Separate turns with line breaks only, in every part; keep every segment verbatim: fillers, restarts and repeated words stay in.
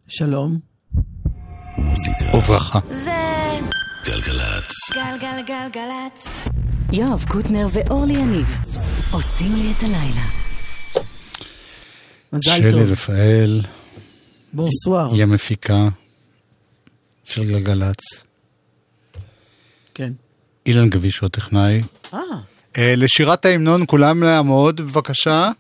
שלום.
מוזיקה
וברכה.
זה
גלגלצ.
גלגלגלגלצ.
יואב קוטנר ואורלי יניב עושים לי את הלילה.
מזל טוב.
שלי רפאל
בונסואר.
היא המפיקה של גלגלצ.
כן.
אילן גביש הוא הטכנאי.
אה.
לשירת ההמנון כולם לעמוד בבקשה.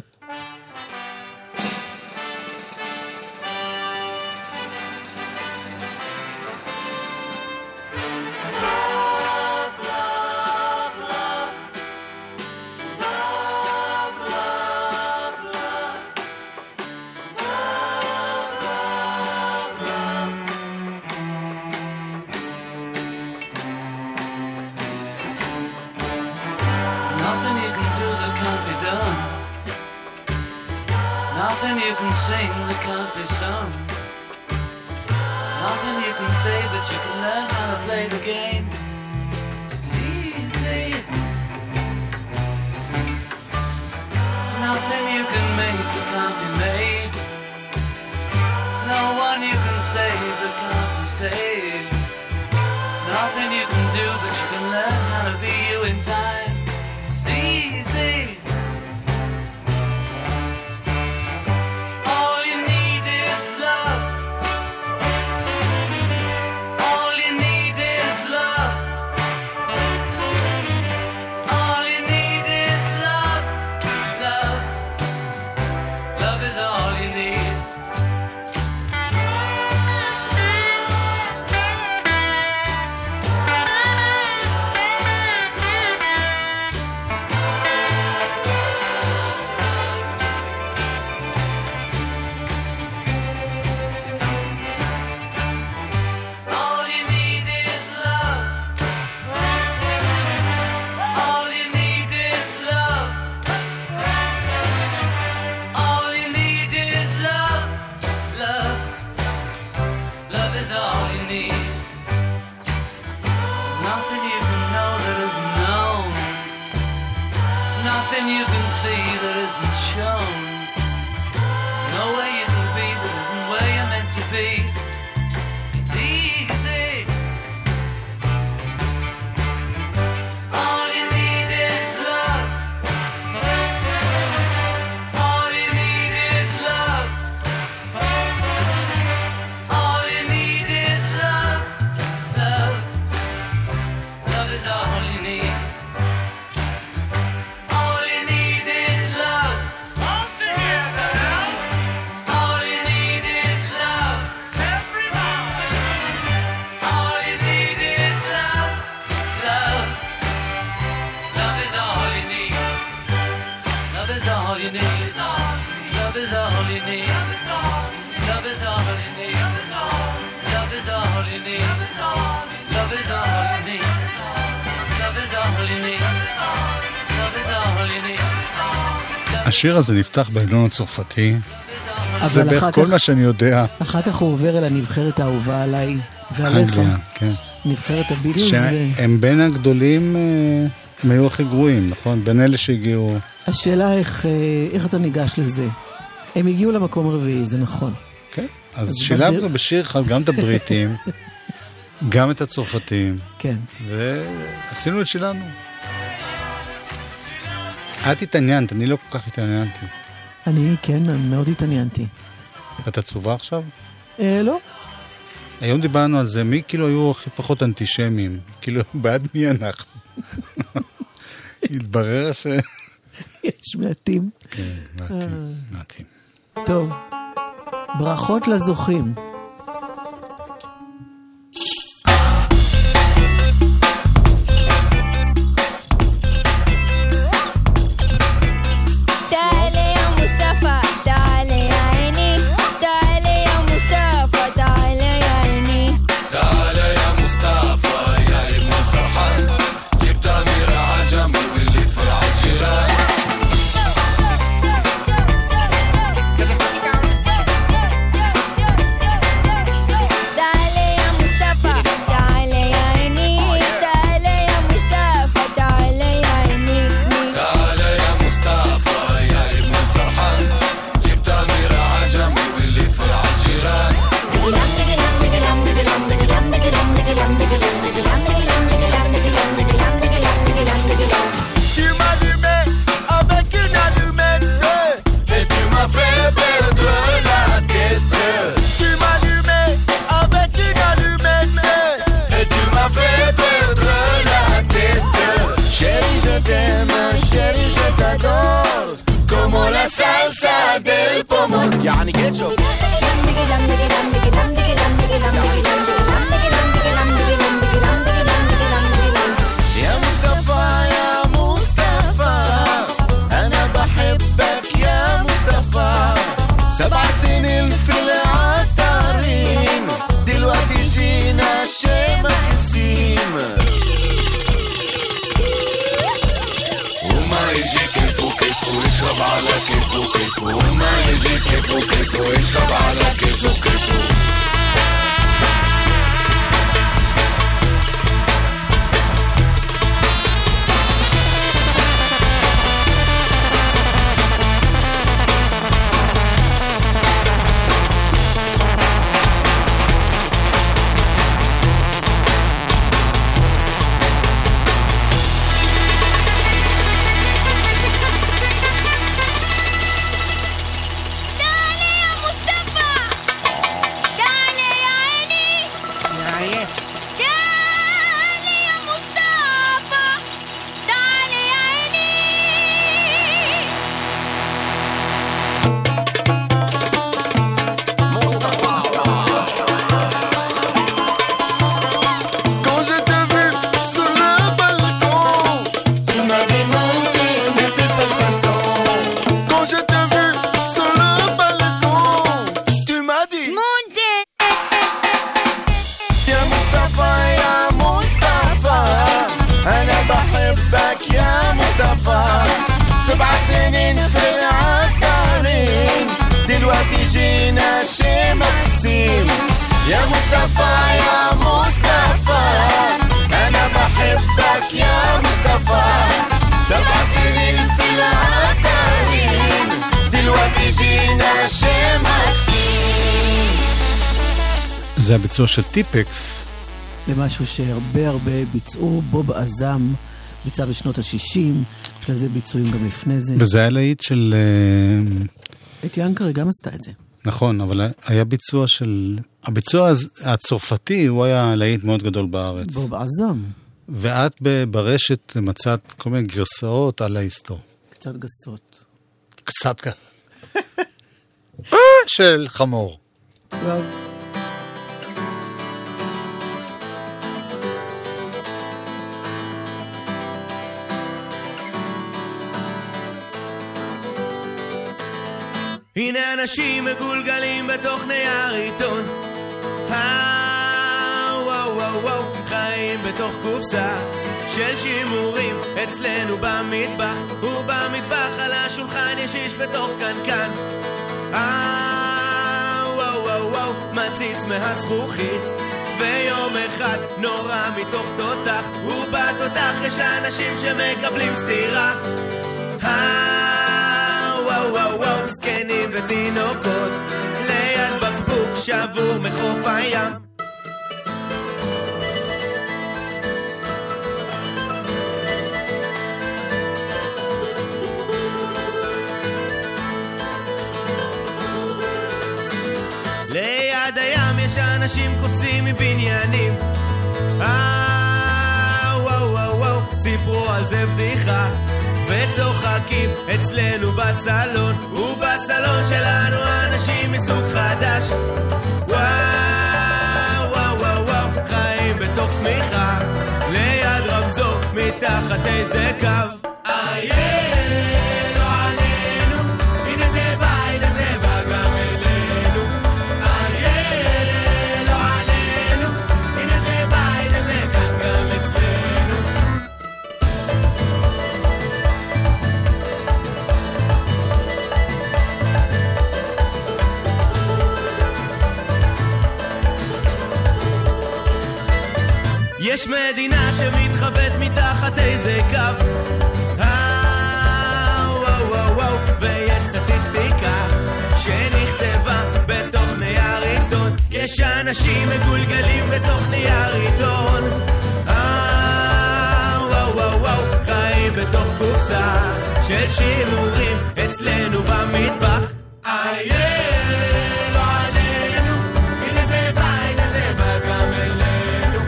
השיר הזה נפתח בהמנון הצרפתי. זה בערך כל מה שאני יודע.
אחר כך הוא עובר אל הנבחרת האהובה עליי ועליך.
אנגליה, כן.
נבחרת הביטלס.
שהם בין הגדולים, הם היו הכי גרועים, נכון? בין אלה שהגיעו.
השאלה איך, איך אתה ניגש לזה. הם הגיעו למקום רביעי, זה נכון.
כן, אז שילבנו בשיר אחד גם את הבריטים, גם את הצרפתים.
כן.
ועשינו את שלנו. את התעניינת, אני לא כל כך התעניינתי.
אני, כן, אני מאוד התעניינתי.
את עצובה עכשיו?
אה, לא.
היום דיברנו על זה, מי כאילו היו הכי פחות אנטישמים? כאילו, בעד מי אנחנו? התברר ש...
יש מעטים.
כן, מעטים, מעטים.
טוב, ברכות לזוכים.
Thank you. del pomon يعني كيتشوب يا مصطفى يا مصطفى أنا بحبك يا مصطفى سبع سنين في العطارين دلوقتي جينا شيمة قسيم وما يجي كيفو كيفو يشرب على كيفو كيفو وما يجي كيفو كيفو يشرب على كيفو كيفو سبع سنين في العطارين دلوقتي جينا شي مقسيم يا مصطفى يا مصطفى أنا بحبك يا مصطفى سبع سنين في العطارين دلوقتي جينا شي مقسيم.
זה הביצוע של טיפקס.
למשהו שהרבה הרבה ביצעו, בוב עזם ביצע בשנות ה-שישים, יש לזה ביצועים גם לפני זה.
וזה היה להיט של...
את ינקרי גם עשתה את זה.
נכון, אבל היה ביצוע של... הביצוע הצרפתי הוא היה להיט מאוד גדול בארץ.
בוב עזם.
ואת ברשת מצאת כל מיני גרסאות על ההיסטור.
קצת גסות.
קצת ככה. של חמור.
טוב.
הנה אנשים מגולגלים בתוך נייר עיתון וואו וואו וואו חיים בתוך קופסה של שימורים אצלנו במטבח ובמטבח על השולחן יש איש בתוך קנקן וואו וואו וואו מציץ מהזכוכית ויום אחד נורא מתוך תותח ובתותח יש אנשים שמקבלים סתירה וואו וואו וואו זקנים ותינוקות ליד בקבוק שבור מחוף הים ליד הים יש אנשים קופצים מבניינים וואו וואו וואו סיפרו על זה בדיחה וצוחקים אצלנו בסלון ובסלון שלנו אנשים מסוג חדש וואו וואו וואו וואו חיים בתוך סמיכה ליד רמזור מתחת איזה קו איי לא עלינו הנה זה בא הנה זה בא גם אלינו איי לא עלינו הנה זה בא הנה זה כאן גם אצלנו יש מדינה שמתחבאת מתחת איזה קו וואו וואו וואו ויש סטטיסטיקה שנכתבה בתוך נייר עיתון יש אנשים מגולגלים בתוך נייר עיתון וואו וואו וואו חיים בתוך קופסה של שימורים אצלנו במטבח איי לא עלינו הנה זה בא הנה זה בא גם אלינו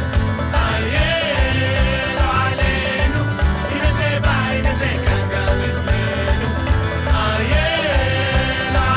לא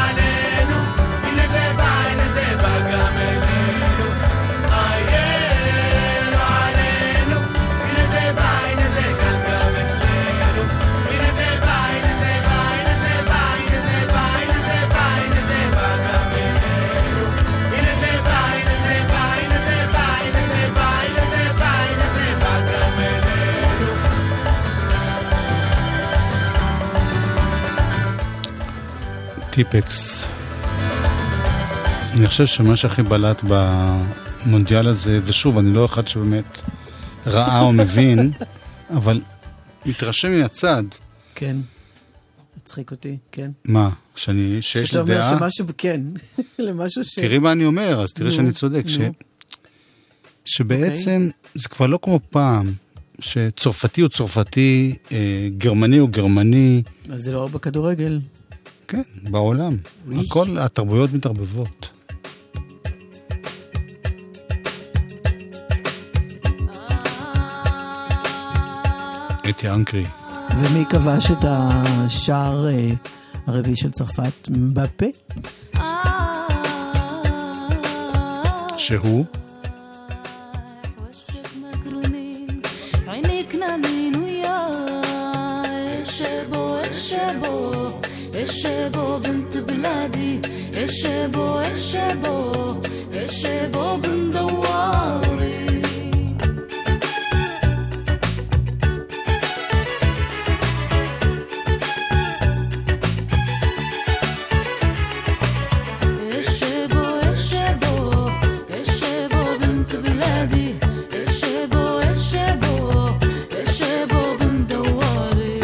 טיפקס. אני חושב שמה שהכי בלט במונדיאל הזה, ושוב, אני לא אחד שבאמת ראה או מבין, אבל מתרשם מהצד.
כן. מצחיק אותי, כן.
מה? שאני, שיש לי דעה?
שאתה אומר שמשהו, כן. למשהו ש...
תראי מה אני אומר, אז תראי שאני צודק. ש... שבעצם זה כבר לא כמו פעם, שצרפתי הוא צרפתי, גרמני הוא גרמני.
אז זה לא בכדורגל.
כן, בעולם. הכל, התרבויות מתערבבות. אתי אנקרי.
ומי כבש את השער הרביעי של צרפת? מבפה?
שהוא?
اشبو بنت بلادي اشبو اشبو اشبو بن دواري اشبو اشبو اشبو بنت بلادي اشبو اشبو اشبو بن دواري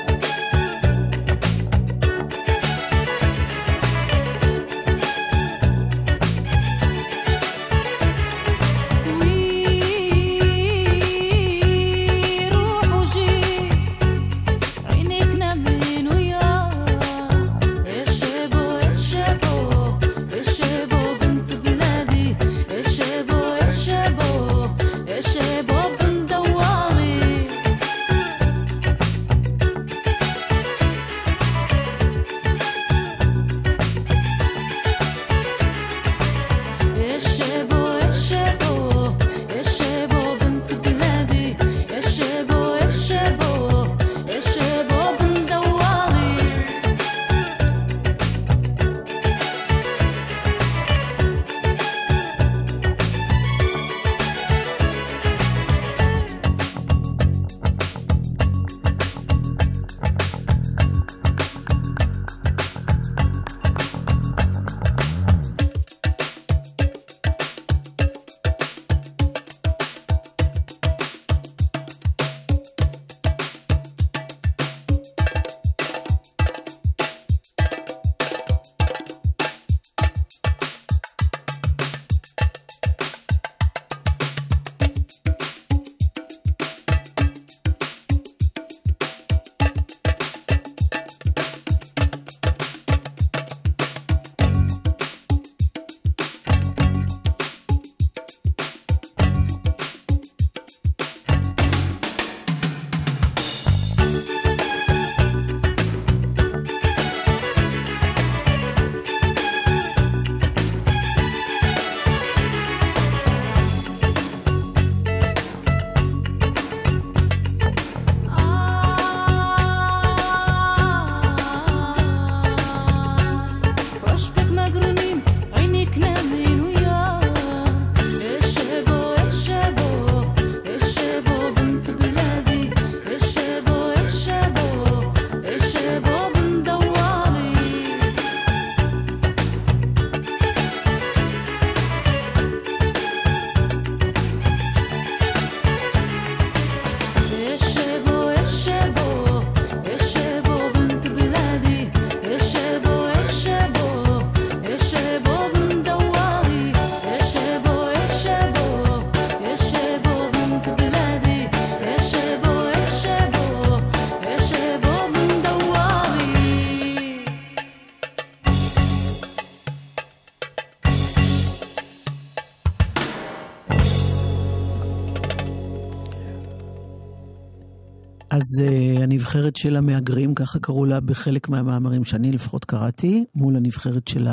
אז uh, הנבחרת של המאגרים, ככה קראו לה בחלק מהמאמרים שאני לפחות קראתי, מול הנבחרת של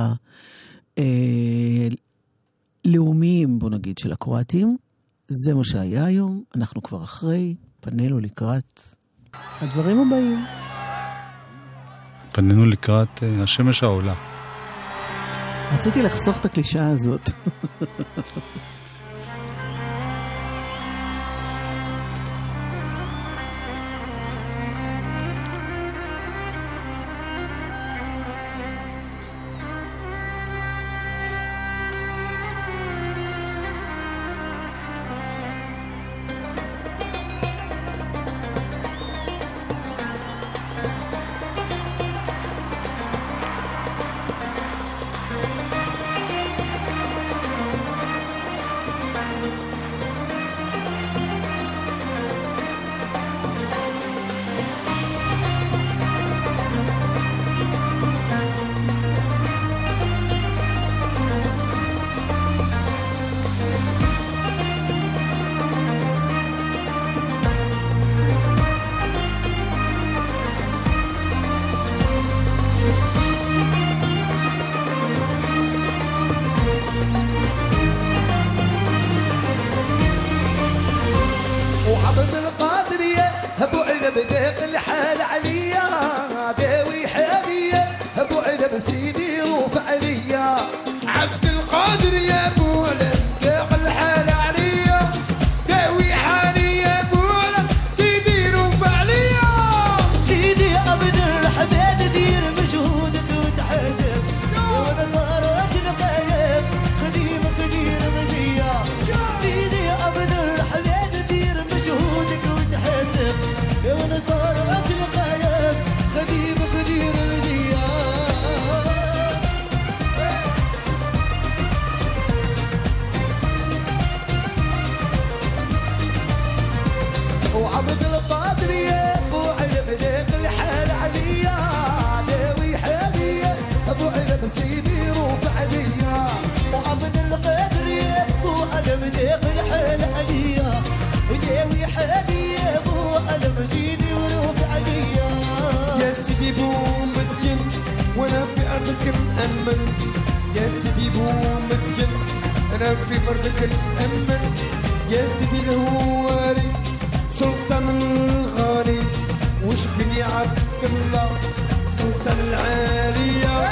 הלאומיים, בוא נגיד, של הקרואטים. זה מה שהיה היום, אנחנו כבר אחרי, פנינו לקראת הדברים הבאים.
פנינו לקראת uh, השמש העולה.
רציתי לחסוך את הקלישה הזאת.
وعبد القادرية ابو عنب داق الحال عليا داوي حالية ابو عنب سيدي روف عليا
عبد القادر يا ابو عنب داق الحال عليا داوي حالي يا ابو عنب سيدي روف عليا
سيدي عبد الحميد دير مجهودك وتحاسب وانا طارت القايب خديمك دير مزية سيدي عبد الحميد دير مجهودك وتحاسب وانا طارت القايب خديمك دير مزية
وعبد القادر يا ابو عنب داق الحال عليا داوي حالية ابو عنب سيدي روف عليا
وعبد القادر يا ابو عنب داق الحال عليا وداوي حالي يا ابو عنب سيدي وروف عليا
يا سيدي بوم الجن وانا في ارضك مأمن يا سيدي بوم الجن انا في ارضك مأمن يا سيدي الهواري سلطان الغالي وش بني عبد الله سلطان العالية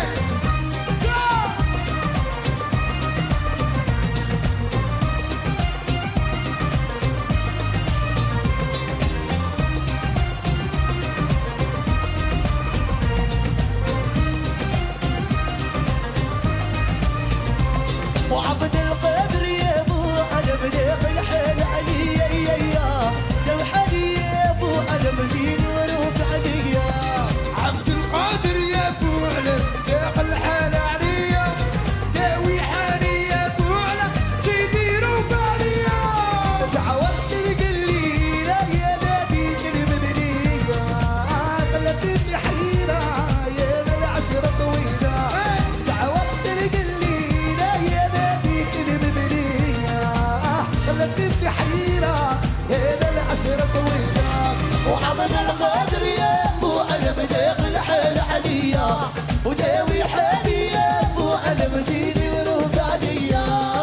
وعبد القادر يا ابو عنب داق الحال عليا يا يا داوي حالي يا ابو عنب زيد وروف عليا
عبد القادر يا ابو عنب داق الحال عليا داوي حالي يا ابو عنب سيدي روف عليا
دعوت القليلة يا نادي المبنية خلتني في حيرة يا العشرة طويلة دعوت القليلة يا نادي المبنية خلتني في حيرة يا العشرة طويلة
وعبد القادر يا ابو عنب داق الحال عليا وداوي حالي يا ابو عنب زيدي وروف عليا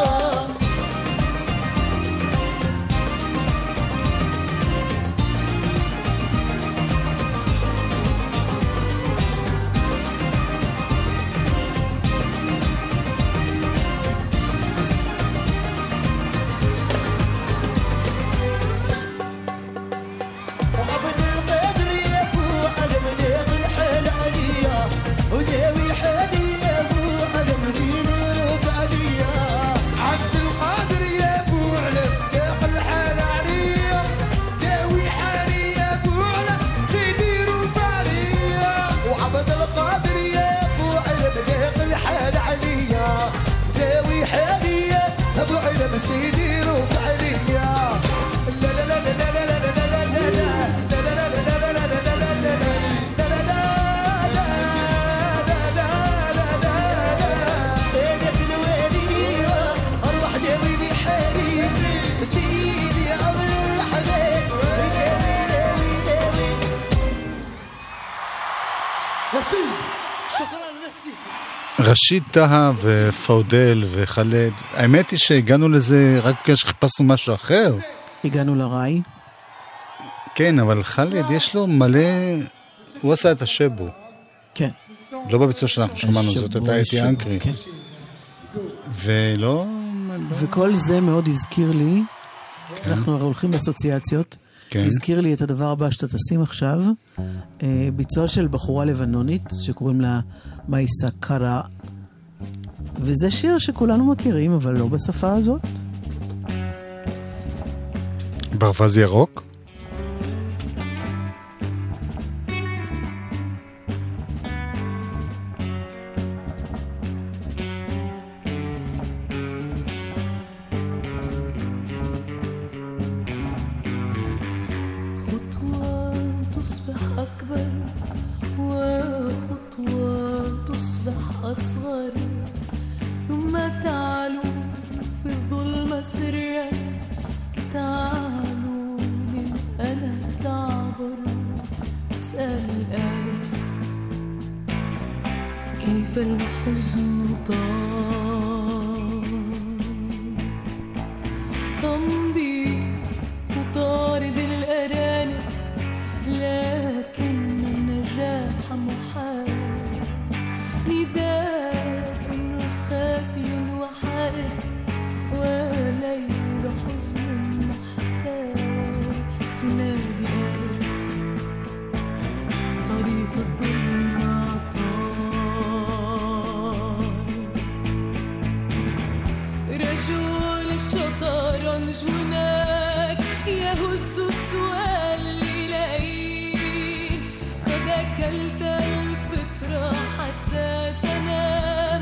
وعبد القادر يا ابو عنب داق الحال عليا وداوي حالي يا ابو عنب زيد وروف عليا
عبد القادر يا ابو عنب داق الحال عليا داوي حالي يا ابو عنب سيدي روف عليا
وعبد القادر يا ابو عنب داق الحال عليا داوي حالية ابو عنب سيدي روف عليا لا لا لا لا لا لا لا لا لا لا لا لا
بينك الوالية أروح داوي لي حالي سيدي عبد الرحمن داوي داوي داوي
ميرسي شكرا ميرسي
רשיד טהא ופאודל וחלד. האמת היא שהגענו לזה רק בגלל שחיפשנו משהו אחר.
הגענו לראי.
כן, אבל חלד יש לו מלא... הוא עשה את השבו.
כן.
לא בביצוע שאנחנו שמענו, זאת
השבוע,
הייתה איתי
השבוע,
אנקרי.
כן.
ולא...
וכל זה מאוד הזכיר לי, אנחנו הרי הולכים באסוציאציות,
כן.
הזכיר לי את הדבר הבא שאתה תשים עכשיו, אה, ביצוע של בחורה לבנונית, שקוראים לה מייסה קרה, וזה שיר שכולנו מכירים, אבל לא בשפה הזאת.
ברווז ירוק?
خطوة تصبح أكبر وخطوة تصبح أصغر ثم تعلو في الظلمة سريا تعلو من أنا تعبر اسأل آنس كيف الحزن طار
شطرنج هناك يهز السؤال ليلاقيه قد أكلت الفطرة حتى تنام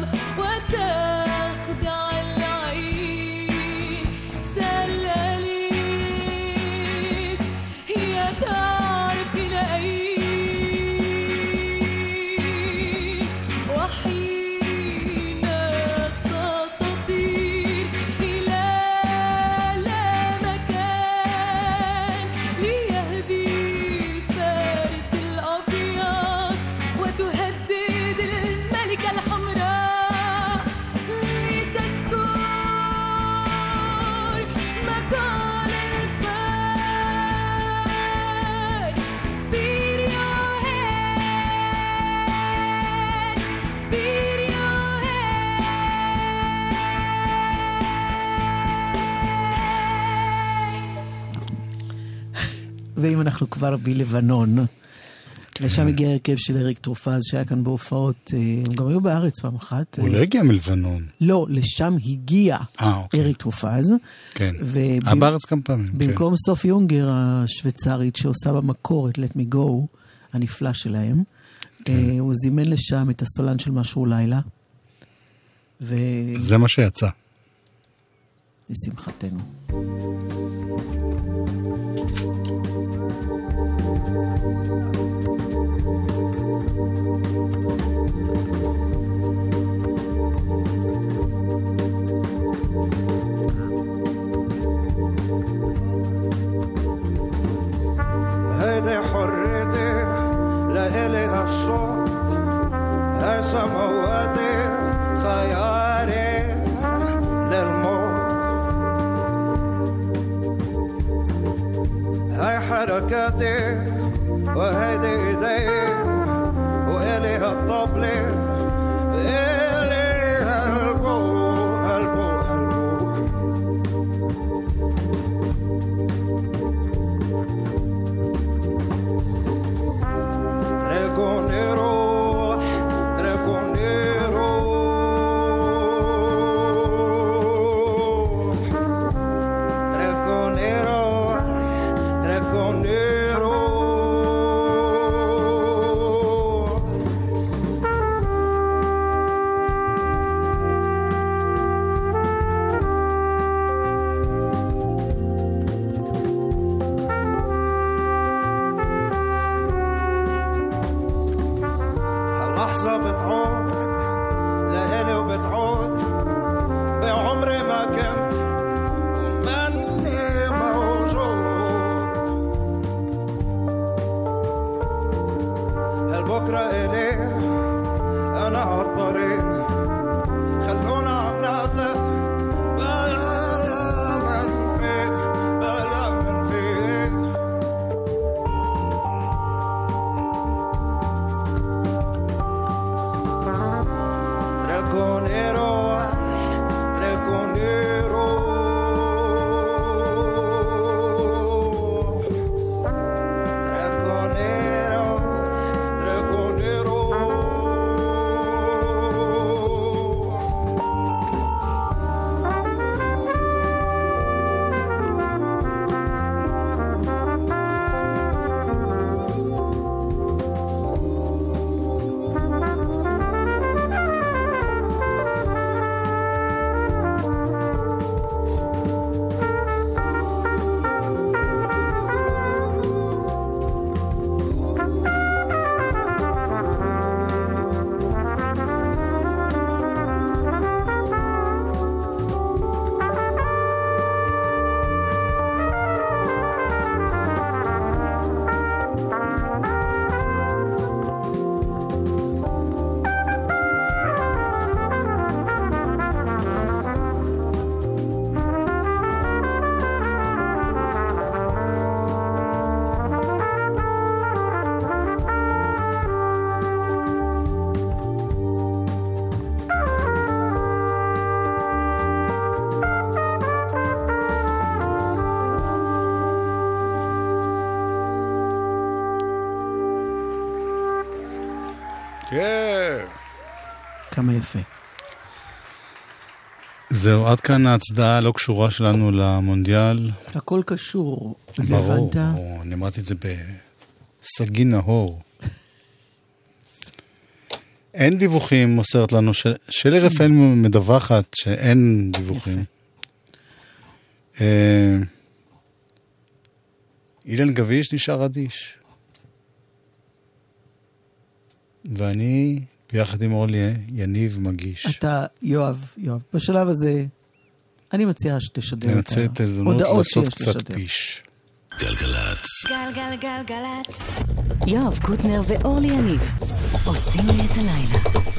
وتخدع العين سأل أليس هي تعرف إلى أين وحين ستطير إلى لا مكان ليهدي الفارس الأبيض وتهدد الملكة الحمراء لتذكر مقال الفار Beat your head, beat your head.
ואם אנחנו כבר בלבנון, לשם הגיע הרכב של אריק טרופז שהיה כאן בהופעות, אה, הם גם היו בארץ פעם אחת.
הוא
אה,
לא הגיע מלבנון.
לא, לשם הגיע
אה, אוקיי.
אריק טרופז.
כן.
ובמ-
היה בארץ כמה פעמים. כן.
במקום סופי יונגר השוויצרית שעושה במקור את Let Me Go הנפלא שלהם, אה, הוא זימן לשם את הסולן של משהו לילה,
זה מה שיצא.
ולשמחתנו.
هيدي حريتي لإلها الصوت هاي سمواتي خياري للموت هاي حركاتي وهيدي ايدي وإليها الطبلة إليها البو البو البو تركوني روح تركوني روح تركوني روح تركوني روح اللحظة بتعود لإلي وبتعود بعمري ما كنت ومني موجود هالبكرة إلي أنا عالطريق خلونا عم نعزف بلا من فيه بلا من فيه تركوني روح تركوني روح تركوني روح تركوني روح
כמה יפה.
זהו, עד כאן ההצדעה הלא קשורה שלנו למונדיאל.
הכל קשור.
ברור, אני אמרתי את זה בסגי נהור. אין דיווחים, מוסרת לנו, שלי רפאל מדווחת שאין דיווחים. אילן גביש נשאר אדיש. ואני, ביחד עם אורלי יניב, מגיש.
אתה, יואב, יואב, בשלב הזה, אני מציעה שתשדר את
ננצל את ההזדמנות לעשות קצת פיש.
גלגלצ.
גלגלגלגלצ.
יואב קוטנר ואורלי יניב עושים לי את הלילה.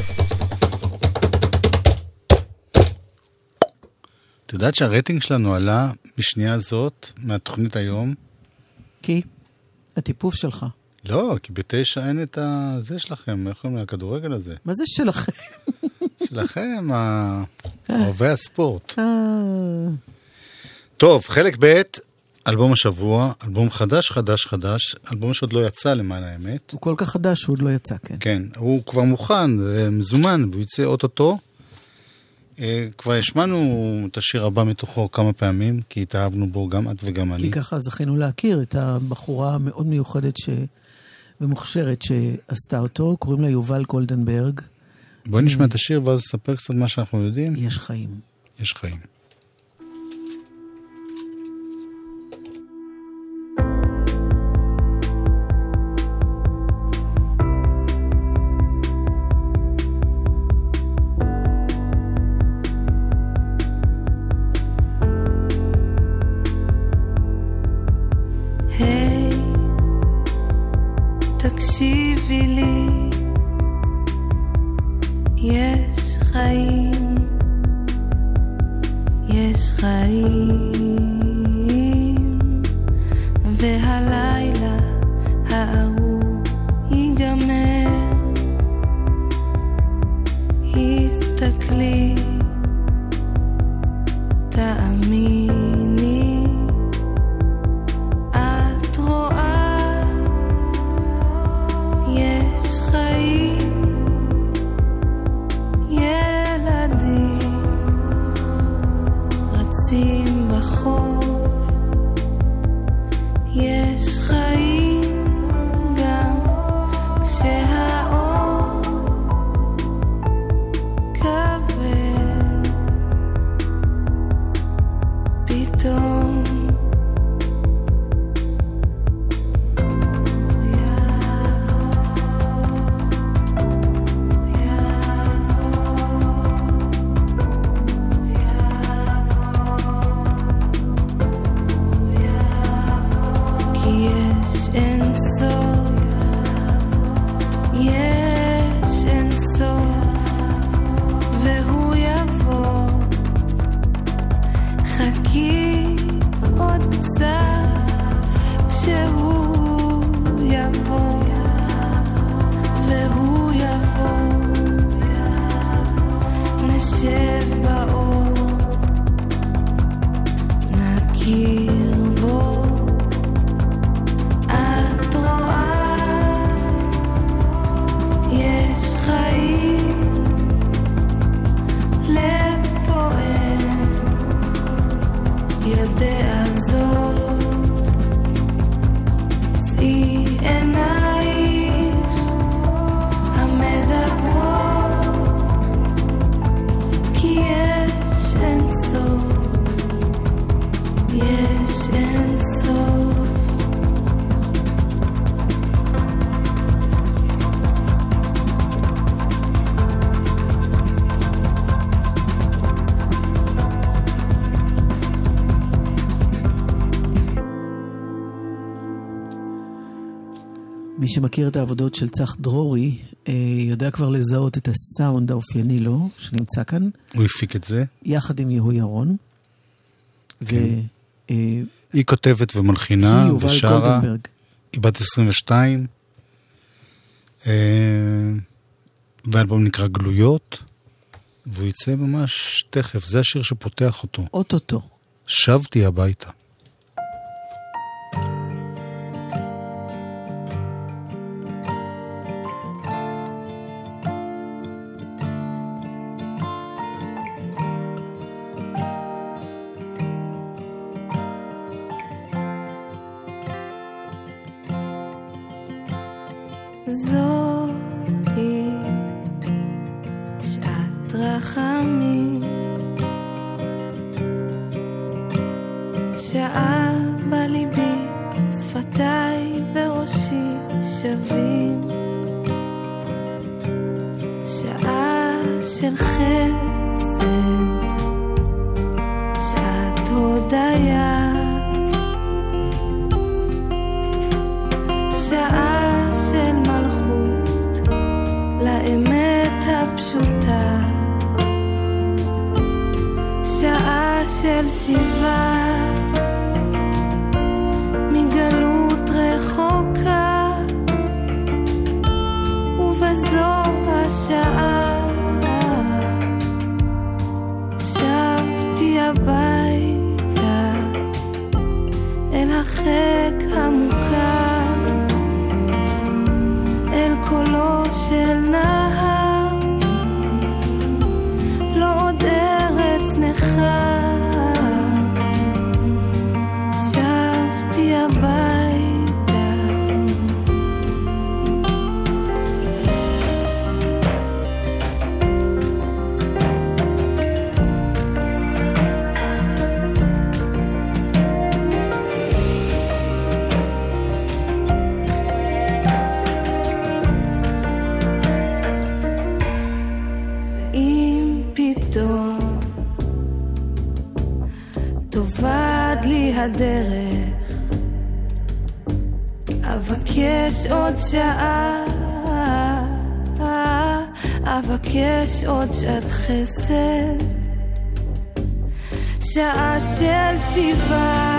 את יודעת שהרייטינג שלנו עלה בשנייה הזאת מהתוכנית היום?
כי? הטיפוף שלך.
לא, כי בתשע אין את זה שלכם, איך קוראים לכדורגל הזה?
מה זה שלכם?
שלכם, אוהבי הספורט. טוב, חלק ב' אלבום השבוע, אלבום חדש, חדש, חדש, אלבום שעוד לא יצא למען האמת.
הוא כל כך חדש שהוא עוד לא יצא, כן.
כן, הוא כבר מוכן, זה מזומן, והוא יצא אוטוטו. כבר השמענו את השיר הבא מתוכו כמה פעמים, כי התאהבנו בו גם את וגם אני.
כי ככה זכינו להכיר את הבחורה המאוד מיוחדת ש... ומוכשרת שעשתה אותו, קוראים לה יובל גולדנברג.
בואי נשמע את השיר ואז נספר קצת מה שאנחנו יודעים.
יש חיים.
יש חיים.
תקשיבי לי, יש חיים, יש חיים, והלילה הארור ייגמר. הסתכלי, תאמיני, את רואה, יש חיים, ילדים רצים בחוף, יש חיים גם כשהאור כבד, פתאום אין סוף, יש אין סוף, והוא יבוא. חכי עוד קצת, כשהוא יבוא, והוא יבוא. נשב באור, נכיר בו. יש חיים, לב פועל, יודע זאת, צאי עינייך המדברות, כי יש אין סוף, יש אין סוף.
מי שמכיר את העבודות של צח דרורי, יודע כבר לזהות את הסאונד האופייני לו, שנמצא כאן.
הוא הפיק את זה.
יחד עם יהוא ירון.
כן. ו... היא כותבת ומלחינה ושרה. היא בת עשרים ושתיים. והאלבום נקרא גלויות, והוא יצא ממש תכף. זה השיר שפותח אותו.
אוטוטו.
שבתי הביתה.
זוהי שעת רחמים, שעה בליבי, שפתיי בראשי שווים, שעה של חסד, שעת הודיה, שעה של מלכות לאמת הפשוטה, שעה של שיבה מגלות רחוקה, ובזו השעה שבתי הביתה אל החק המוכר, אל קולו של נהר, לא עוד ארץ נחר, שבתי הביתה. אם פתאום תאבד לי הדרך, אבקש עוד שעה, אבקש עוד שעת חסד, שעה של שיבה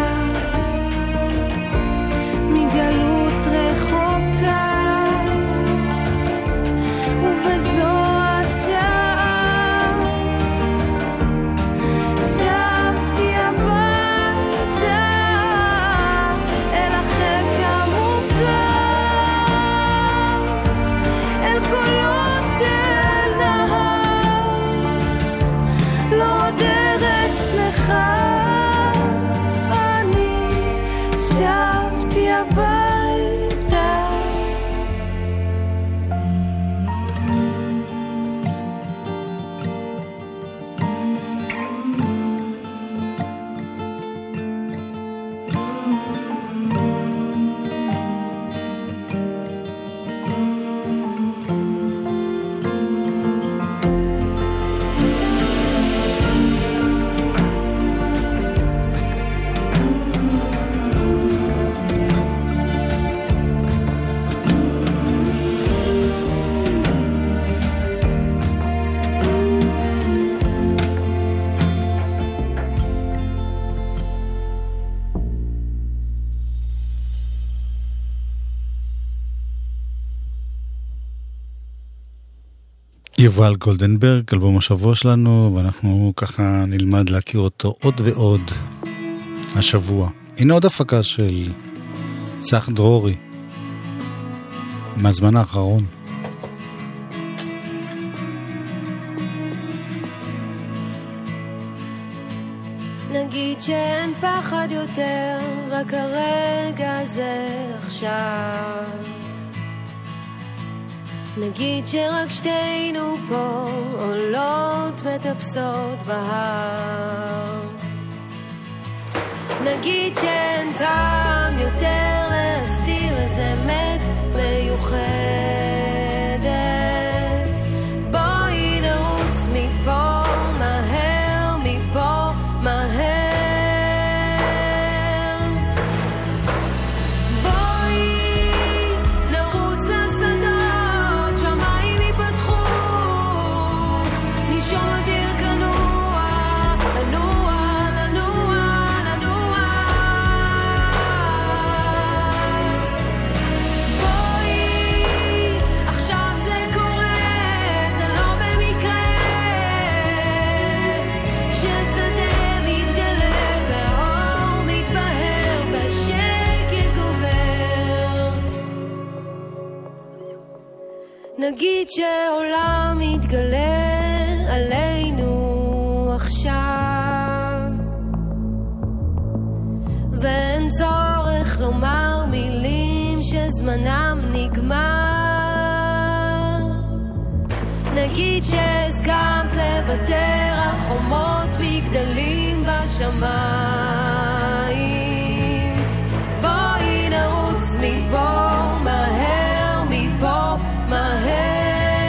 מגלות רחוקה, ובזו השעה שבתי הביתה אל החק המוכר, אל קולו של נהר, לא עוד ארץ נחר, אני שבתי הביתה.
יובל גולדנברג, אלבום השבוע שלנו, ואנחנו ככה נלמד להכיר אותו עוד ועוד השבוע. הנה עוד הפקה של צח דרורי מהזמן האחרון.
נגיד שאין פחד יותר, רק הרגע הזה עכשיו. נגיד שרק שתינו פה עולות מטפסות בהר. נגיד שאין טעם יותר להסתיר איזה אמת מיוחדת. בואי נרוץ מפה מהר, מפה מהר. נגיד שעולם מתגלה עלינו עכשיו, ואין צורך לומר מילים שזמנם נגמר. נגיד שהסכמת לוותר על חומות מגדלים בשמיים. בואי נרוץ מפה מהר, מפה מהר.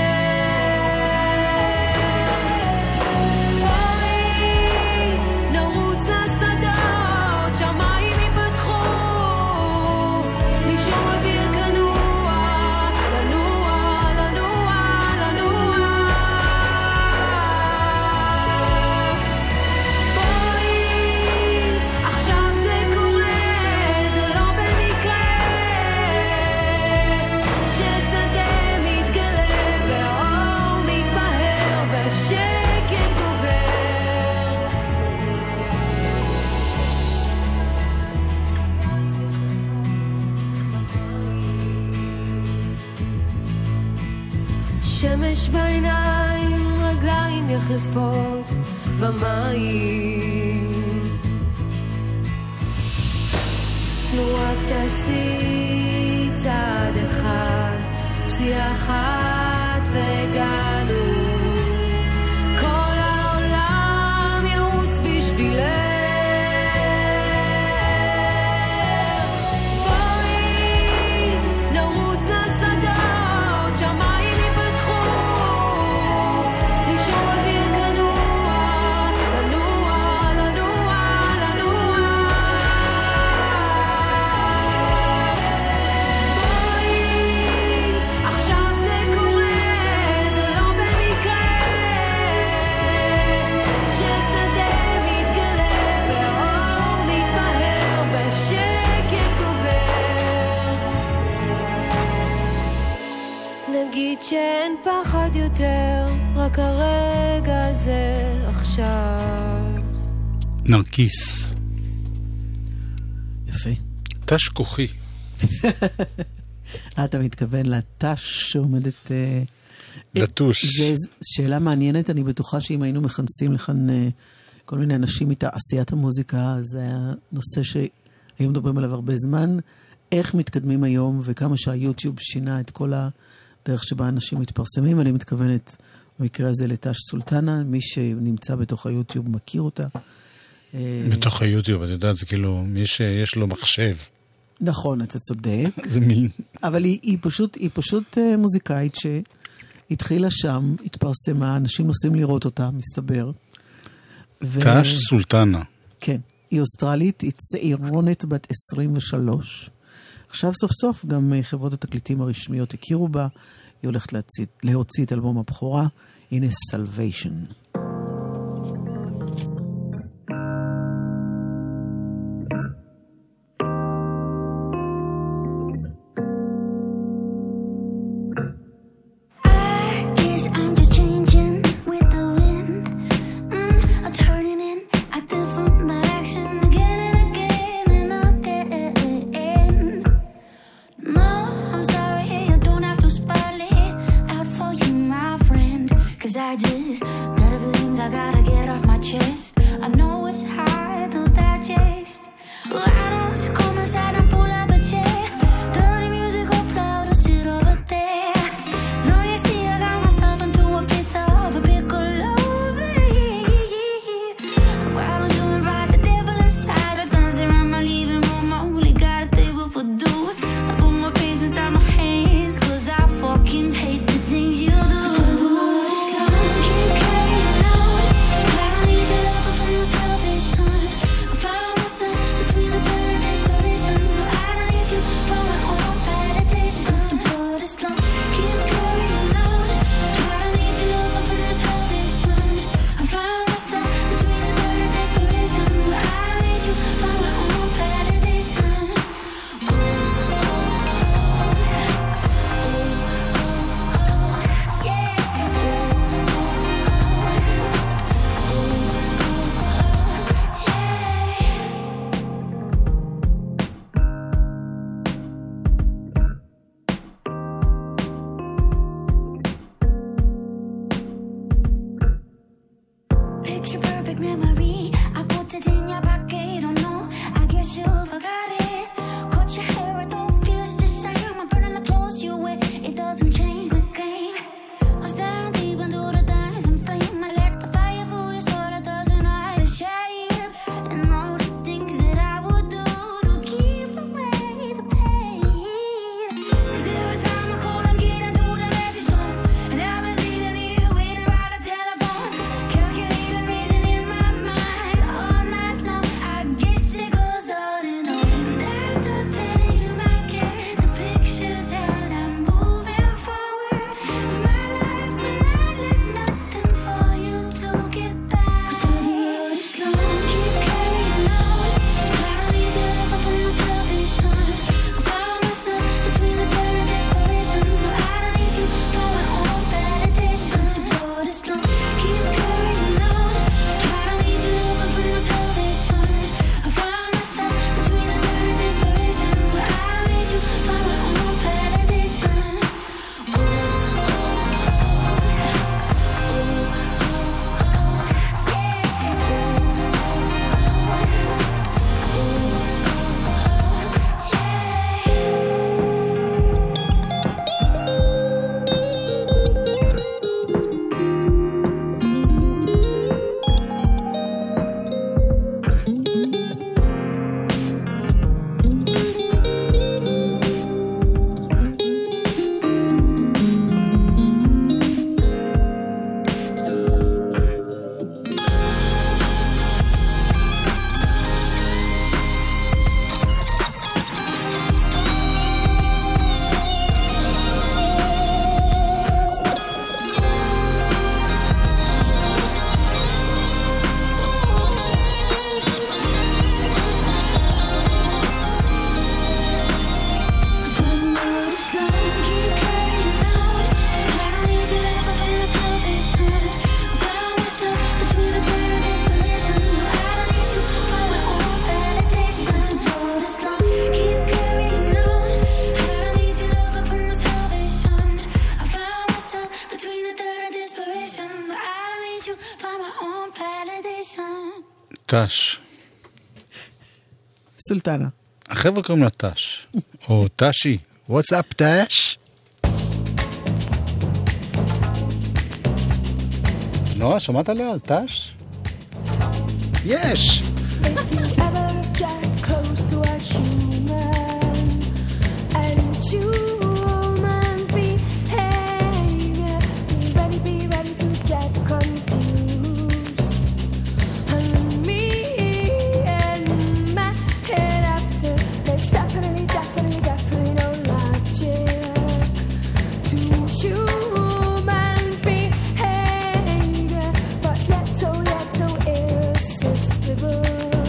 שמש בעיניים, רגליים יחפות במים. נו רק תעשי צעד אחד, פסיעה אחת והגענו. כל העולם ירוץ בשבילך. נגיד שאין פחד יותר, רק הרגע הזה עכשיו.
נרקיס.
יפה.
תש כוחי.
אתה מתכוון לתש שעומדת...
לטוש.
זו שאלה מעניינת, אני בטוחה שאם היינו מכנסים לכאן כל מיני אנשים מתעשיית המוזיקה, זה היה נושא שהיו מדברים עליו הרבה זמן, איך מתקדמים היום וכמה שהיוטיוב שינה את כל ה... דרך שבה אנשים מתפרסמים. אני מתכוונת במקרה הזה לטש סולטנה, מי שנמצא בתוך היוטיוב מכיר אותה.
בתוך היוטיוב, אתה יודע, זה כאילו מי שיש לו מחשב.
נכון, אתה צודק.
זה מין.
אבל היא, היא פשוט, היא פשוט מוזיקאית שהתחילה שם, התפרסמה, אנשים נוסעים לראות אותה, מסתבר. ו...
טש סולטנה. כן,
היא אוסטרלית, היא צעירונת בת עשרים ושלוש. עכשיו סוף סוף גם חברות התקליטים הרשמיות הכירו בה, היא הולכת להוציא, להוציא את אלבום הבכורה, הנה סלוויישן.
Staring deep into
טש.
סולטנה.
החבר'ה קוראים לה טש. או טשי. What's up, טש? נועה, שמעת עליה על טש? יש!
If you ever get close to a human and human behavior, be ready, be ready to get confused. And me and my head after, there's definitely, definitely, definitely no logic to human behavior, but yet so, yet so irresistible.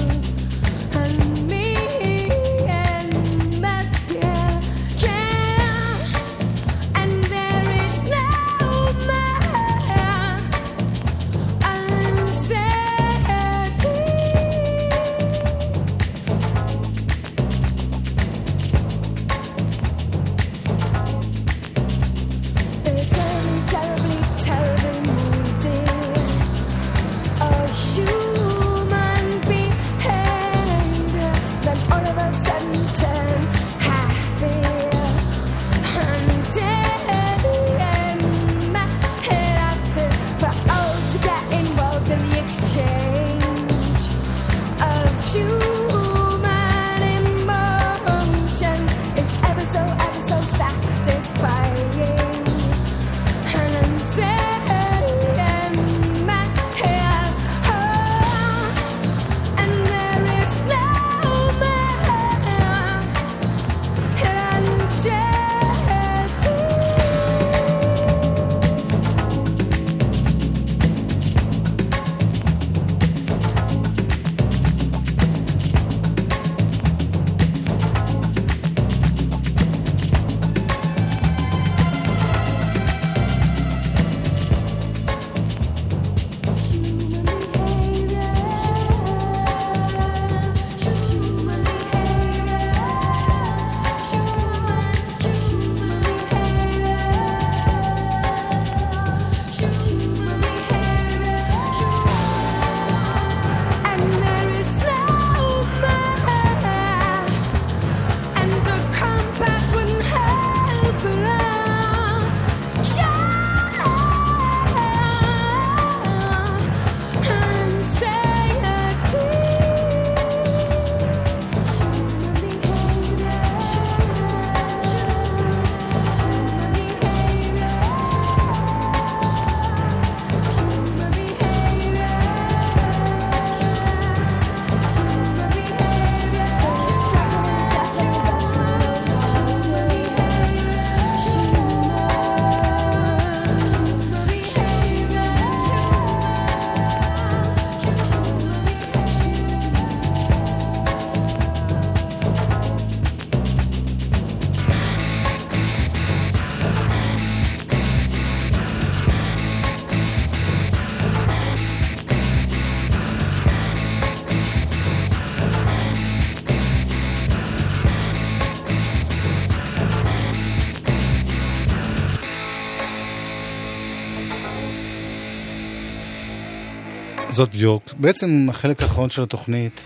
זאת ביורק. בעצם החלק האחרון של התוכנית.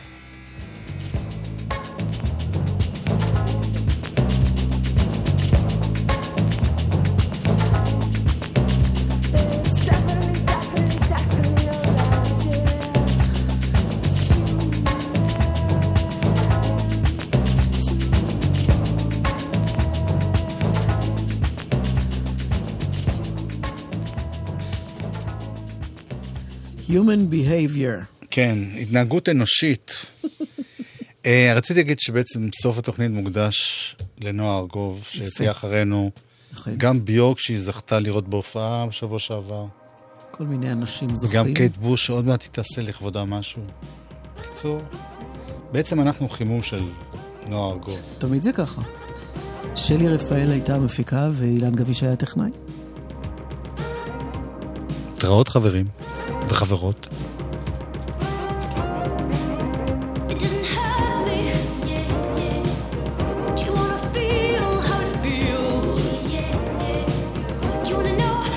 Human behavior.
כן, התנהגות אנושית. uh, רציתי להגיד שבעצם סוף התוכנית מוקדש לנועה ארגוב, שתהיה אחרינו. גם ביורק שהיא זכתה לראות בהופעה בשבוע שעבר.
כל מיני אנשים זוכים.
גם קייט בוש שעוד מעט תתעשה לכבודה משהו. קיצור, בעצם אנחנו חימום של נועה ארגוב.
תמיד זה ככה. שלי רפאל הייתה המפיקה ואילן גביש היה טכנאי.
תראות חברים וחברות.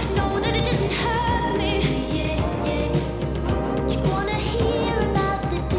Wanna hear about the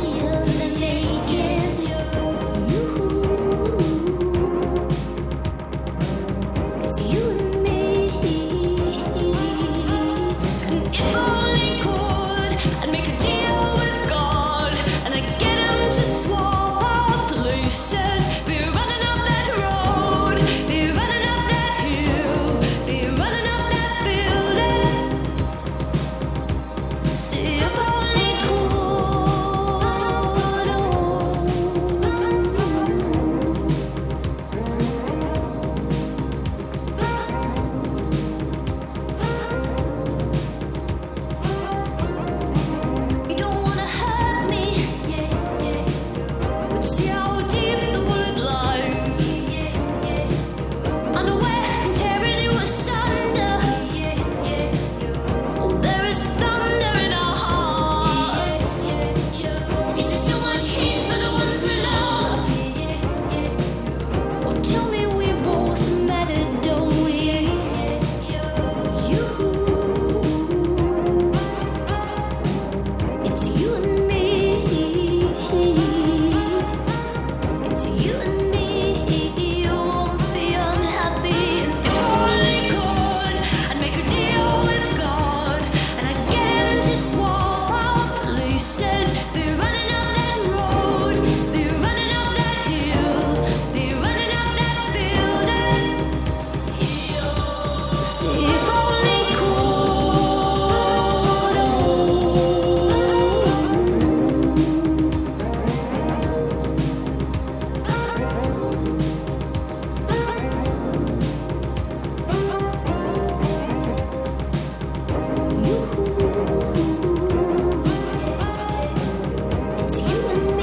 It's you and